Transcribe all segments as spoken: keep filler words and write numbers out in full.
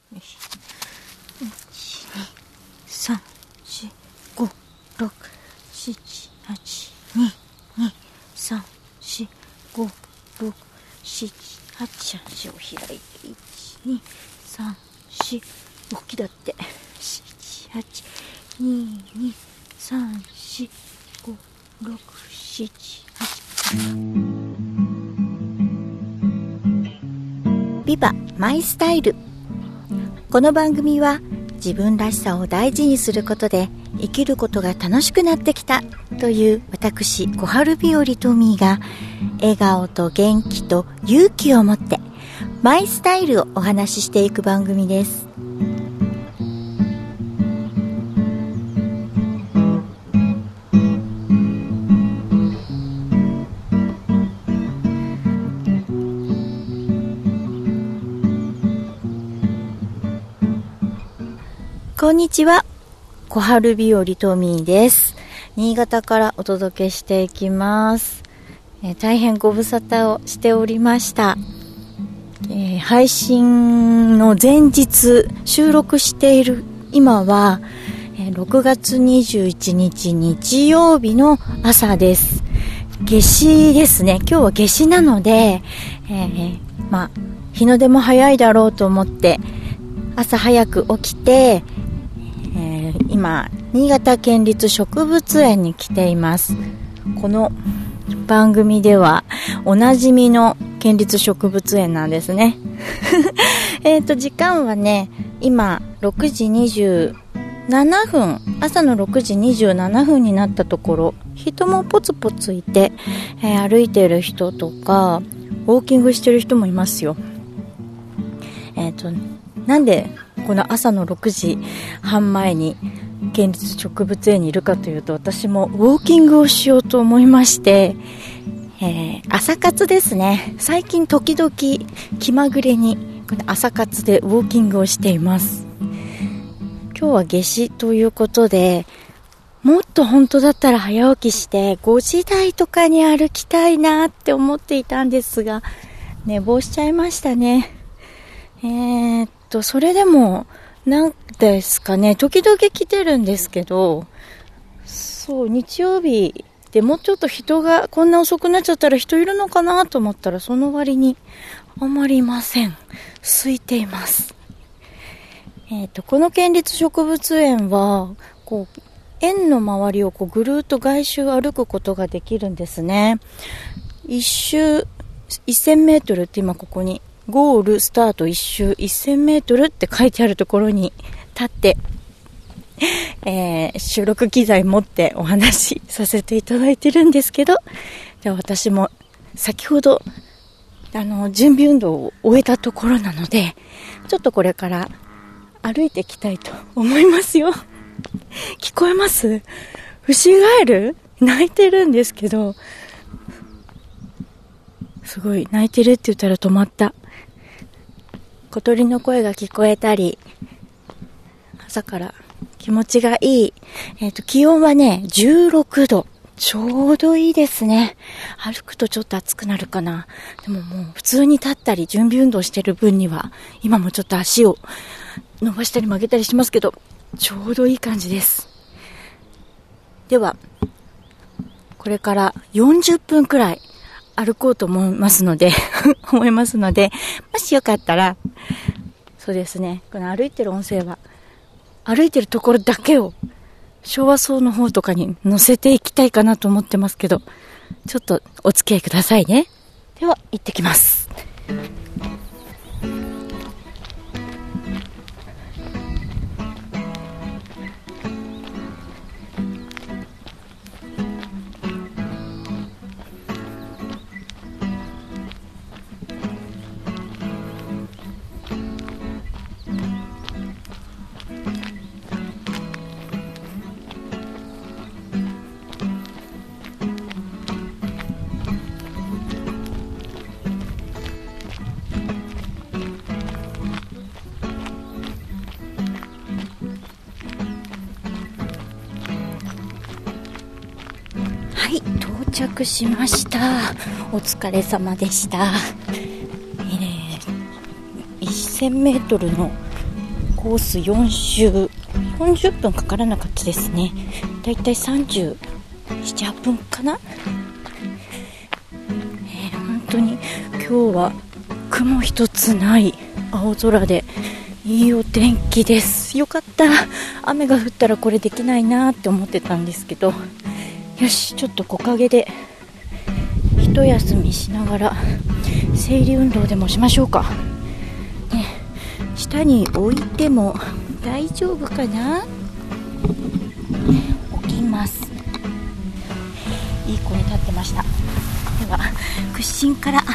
いち、に、さん、し、ご、ろく、しち、はち、に、に、さん、し、ご、ろく、しち、はち、足を開いて、いち、に、さん、し、大きだって、しち、はち、に、に、さん、し、ご、ろく、しち、はち。ビバマイスタイル。この番組は自分らしさを大事にすることで生きることが楽しくなってきたという私小春日和トミーが笑顔と元気と勇気を持ってマイスタイルをお話ししていく番組です。こんにちは、小春日和トミーです。新潟からお届けしていきます。えー、大変ご無沙汰をしておりました。えー、配信の前日収録している今は、えー、ろくがつにじゅういちにち日曜日の朝です。夏至ですね。今日は夏至なので、えー、まあ日の出も早いだろうと思って朝早く起きて、えー、今新潟県立植物園に来ています。この番組ではおなじみの県立植物園なんですねえっと時間はね今ろくじにじゅうななふん、朝のろくじにじゅうななふんになったところ、人もポツポツいて、えー、歩いている人とかウォーキングしてる人もいますよ。えっとなんでこの朝のろくじはん前に県立植物園にいるかというと、私もウォーキングをしようと思いまして、えー、朝活ですね。最近時々気まぐれにこの朝活でウォーキングをしています。今日は夏至ということで、もっと本当だったら早起きしてごじ台とかに歩きたいなって思っていたんですが、寝坊しちゃいましたね。えーっとそれでもなんですかね、時々来てるんですけど、そう日曜日でもうちょっと人がこんな遅くなっちゃったら人いるのかなと思ったら、その割にあまりいません。空いています。えーとこの県立植物園はこう園の周りをこうぐるっと外周歩くことができるんですね。一周せんメートルって今ここにゴールスタート一周せんメートルって書いてあるところに立って、えー、収録機材持ってお話しさせていただいてるんですけど、じゃあ私も先ほどあの準備運動を終えたところなので、ちょっとこれから歩いていきたいと思いますよ。聞こえます？ウシガエル鳴いてるんですけど、すごい鳴いてるって言ったら止まった。小鳥の声が聞こえたり、朝から気持ちがいい。えっと、気温はね、じゅうろくど。ちょうどいいですね。歩くとちょっと暑くなるかな。でももう普通に立ったり準備運動してる分には、今もちょっと足を伸ばしたり曲げたりしますけど、ちょうどいい感じです。では、これからよんじゅっぷんくらい歩こうと思いますので思いますので、もしよかったら、そうですね、この歩いてる音声は歩いてるところだけを昭和草の方とかに載せていきたいかなと思ってますけど、ちょっとお付き合いくださいね。では行ってきます。はい、到着しました。お疲れ様でした。えー、せんメートルのコースよん周よんじゅっぷんかからなかったですね。だいたいさんじゅうなな、はっぷんかな、えー、本当に今日は雲一つない青空でいいお天気です。よかった。雨が降ったらこれできないなって思ってたんですけど、よし、ちょっと木陰で一休みしながら整理運動でもしましょうか、ね、下に置いても大丈夫かな。置きます。いい声立ってました。では屈伸から、ふう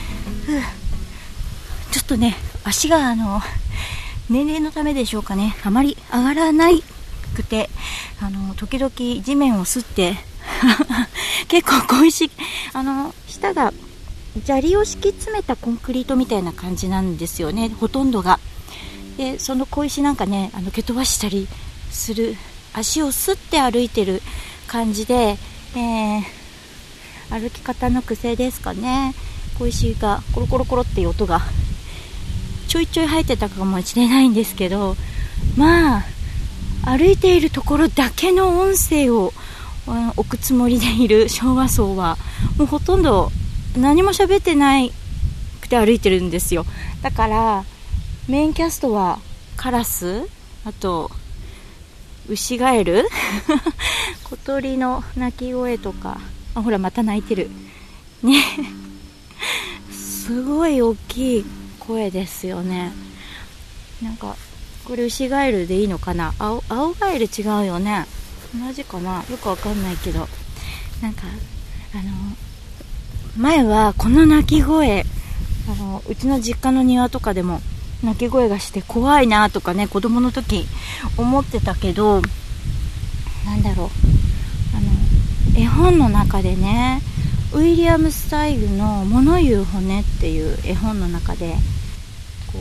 ちょっとね足があの年齢のためでしょうかね、あまり上がらないくて、あの時々地面を擦って結構小石、あの下が砂利を敷き詰めたコンクリートみたいな感じなんですよね、ほとんどが。でその小石なんかね、あの蹴飛ばしたりする、足を擦って歩いてる感じで、えー、歩き方の癖ですかね。小石がコロコロコロっていう音がちょいちょい生えてたかもしれないんですけど、まあ歩いているところだけの音声を置くつもりでいる昭和層はもうほとんど何も喋ってないくて歩いてるんですよ。だからメインキャストはカラス、あと牛ガエル小鳥の鳴き声とか、あほらまた鳴いてるねすごい大きい声ですよね。なんかこれ牛ガエルでいいのかな、青、青ガエル違うよね、同じかな、よくわかんないけど、なんかあの前はこの鳴き声、あのうちの実家の庭とかでも鳴き声がして怖いなとかね、子供の時思ってたけど、なんだろう、あの絵本の中でね、ウィリアム・スタイグの物言う骨っていう絵本の中で、こう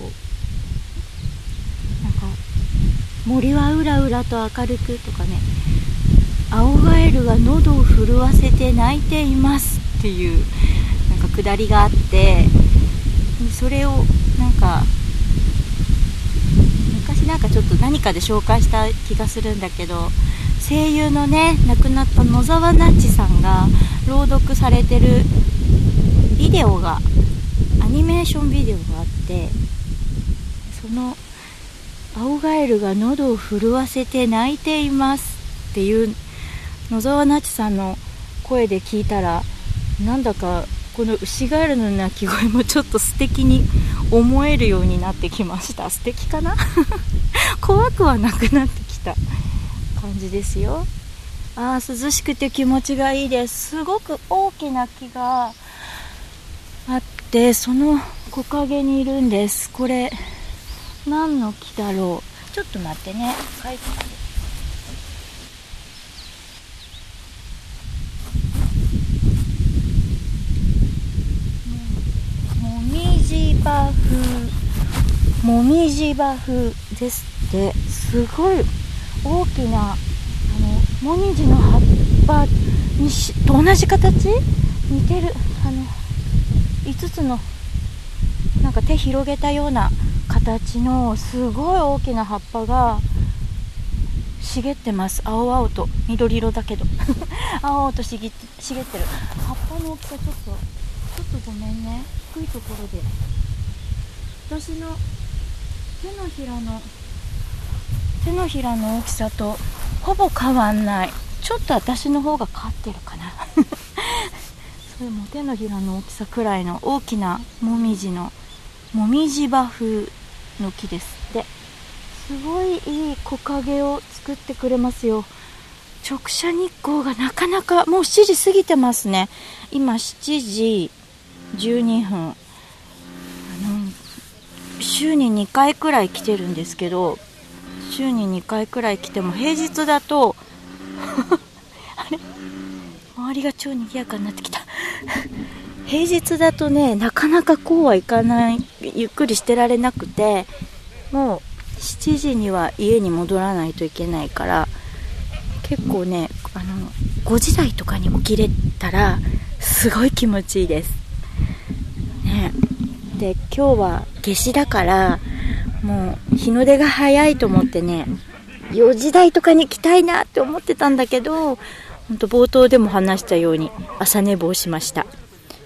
なんか森はうらうらと明るくとかね、青ガエルが喉を震わせて泣いていますっていうなんか下りがあって、それをなんか昔なんかちょっと何かで紹介した気がするんだけど、声優のね亡くなった野沢那智さんが朗読されてるビデオが、アニメーションビデオがあって、その青ガエルが喉を震わせて泣いていますっていう野沢那智さんの声で聞いたら、なんだかこの牛ガエルの鳴き声もちょっと素敵に思えるようになってきました。素敵かな怖くはなくなってきた感じですよ。あー涼しくて気持ちがいいです。すごく大きな木があって、その木陰にいるんです。これ何の木だろう、ちょっと待ってね、書いてある。もみじばふもみじばふですって。すごい大きなあのもみじの葉っぱにしと同じ形、似てる。あのいつつのなんか手広げたような形のすごい大きな葉っぱが茂ってます。青々と、緑色だけど青々と茂ってる。葉っぱの大きさちょっとちょっとごめんね、低いところで私の手のひらの手のひらの大きさとほぼ変わんない。ちょっと私の方が勝ってるかなそれも手のひらの大きさくらいの大きなもみじのもみじば風の木ですって。すごいいい木陰を作ってくれますよ。直射日光がなかなか、もうしちじ過ぎてますね。今しちじじゅうにふん。あの週ににかいくらい来てるんですけど、週ににかいくらい来ても平日だとあれ周りが超賑やかになってきた平日だとね、なかなかこうはいかない、ゆっくりしてられなくて、もうしちじには家に戻らないといけないから、結構ね、あのごじ台とかに起きれたらすごい気持ちいいですね。で今日は夏至だから、 もう日の出が早いと思ってね、よじ台とかに来たいなって思ってたんだけど、本当冒頭でも話したように朝寝坊しました。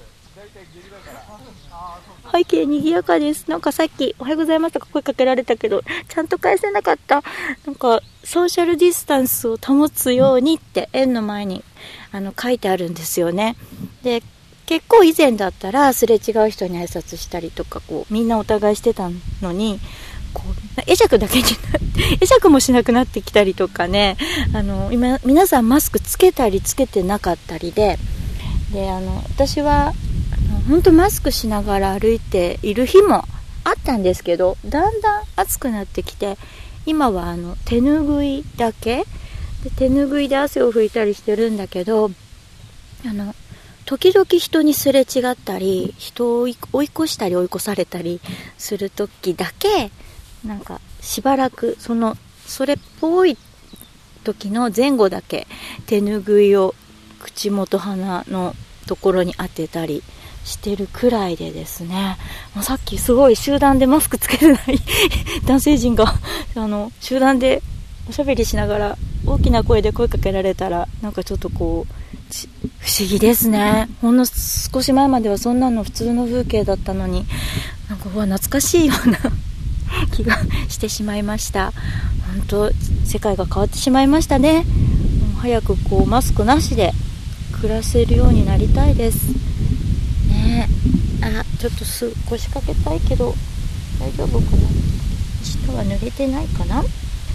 背景にぎやかです。なんかさっきおはようございますとか声かけられたけど、ちゃんと返せなかった。なんかソーシャルディスタンスを保つようにって円の前にあの書いてあるんですよね。で、結構以前だったらすれ違う人に挨拶したりとか、こうみんなお互いしてたのに、こう会釈だけになって会釈もしなくなってきたりとかね、あの今皆さんマスクつけたりつけてなかったりで、であの私は本当マスクしながら歩いている日もあったんですけど、だんだん暑くなってきて、今はあの手ぬぐいだけで手ぬぐいで汗を拭いたりしてるんだけど、あの時々人にすれ違ったり、人を追い越したり追い越されたりする時だけ、なんかしばらくそのそれっぽい時の前後だけ手ぬぐいを口元鼻のところに当てたりしてるくらいでですね、もうさっきすごい集団でマスクつけてない男性陣があの集団でおしゃべりしながら大きな声で声かけられたら、なんかちょっとこう不思議ですね。ほんの少し前まではそんなの普通の風景だったのに、なんかうわ懐かしいような気がしてしまいました。本当世界が変わってしまいましたね。もう早くこうマスクなしで暮らせるようになりたいですね。あ、ちょっとす腰掛けたいけど大丈夫かな。下は濡れてないかな。こ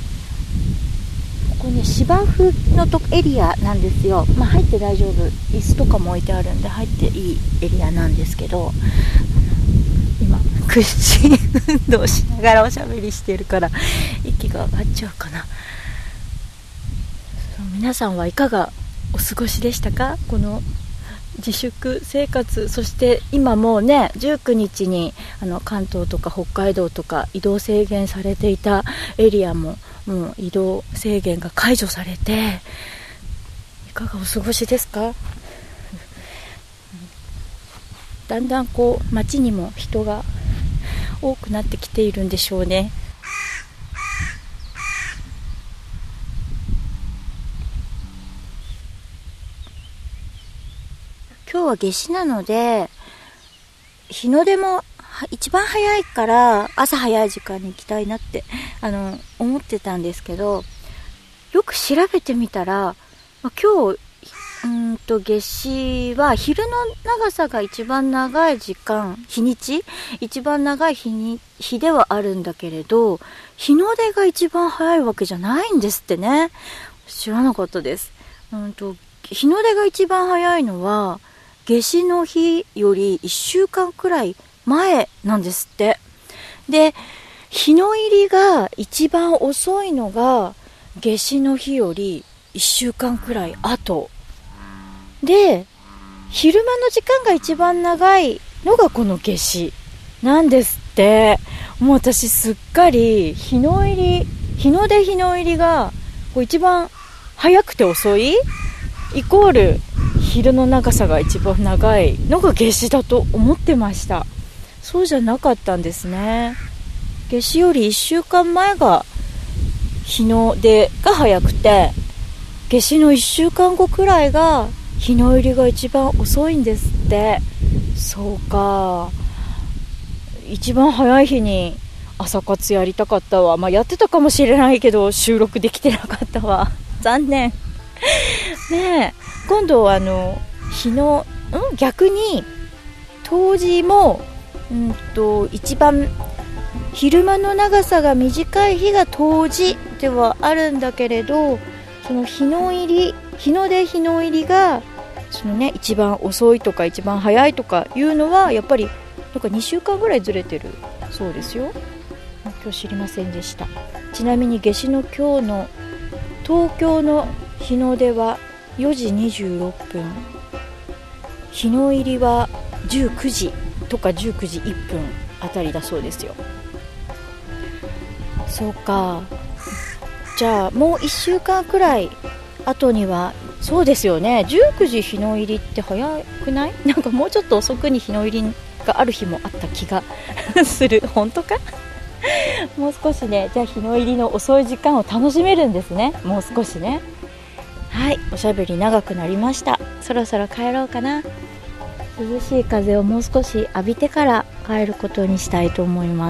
こね、芝生のとエリアなんですよ。まあ入って大丈夫、椅子とかも置いてあるんで入っていいエリアなんですけど、今屈伸運動しながらおしゃべりしてるから息が上がっちゃうかな。そう、皆さんはいかがお過ごしでしたか。この自粛生活、そして今もうねじゅうくにちにあの関東とか北海道とか移動制限されていたエリアももう移動制限が解除されて、いかがお過ごしですか。だんだんこう街にも人が多くなってきているんでしょうね。今日は夏至なので日の出も一番早いから朝早い時間に行きたいなってあの思ってたんですけど、よく調べてみたら、まあ、今日うんと夏至は昼の長さが一番長い時間、日にち一番長い日に日ではあるんだけれど、日の出が一番早いわけじゃないんですってね。知らなかったです。うんと日の出が一番早いのは夏至の日よりいっしゅうかんくらい前なんですって。で、日の入りが一番遅いのが夏至の日よりいっしゅうかんくらい後で、昼間の時間が一番長いのがこの夏至なんですって。もう私すっかり日の入り日の出日の入りがこう一番早くて遅いイコール昼の長さが一番長いのが夏至だと思ってました。そうじゃなかったんですね。夏至よりいっしゅうかんまえが日の出が早くて、夏至のいっしゅうかんごくらいが日の入りが一番遅いんですって。そうか、一番早い日に朝活やりたかったわ。まあやってたかもしれないけど収録できてなかったわ。残念ねえ、今度あの日のん逆に冬至もうんと一番昼間の長さが短い日が冬至ではあるんだけれど、その日の入り日の出日の入りがそのね一番遅いとか一番早いとかいうのはやっぱりなんかにしゅうかんぐらいずれてるそうですよ。今日知りませんでした。ちなみに夏至の今日の東京の日の出はよじにじゅうろっぷん、日の入りはじゅうくじとかじゅうくじいっぷんあたりだそうですよ。そうか、じゃあもういっしゅうかんくらい後にはそうですよね。じゅうくじ日の入りって早くない？なんかもうちょっと遅くに日の入りがある日もあった気がする。本当かもう少しね、じゃあ日の入りの遅い時間を楽しめるんですね。もう少しね。はい、おしゃべり長くなりました。そろそろ帰ろうかな。涼しい風をもう少し浴びてから帰ることにしたいと思います。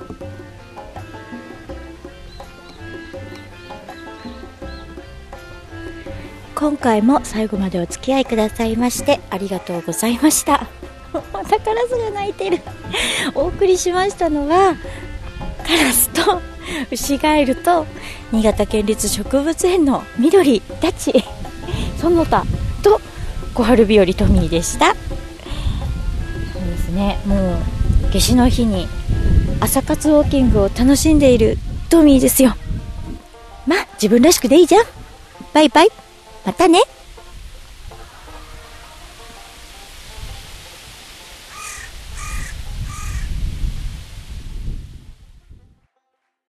今回も最後までお付き合いくださいましてありがとうございました。またカラスが鳴いてる。お送りしましたのはカラスとウシガエルと新潟県立植物園の緑たちその他と小春日和トミーでした。そうですね、もう夏至の日に朝活ウォーキングを楽しんでいるトミーですよ。まあ自分らしくでいいじゃん。バイバイ、またね。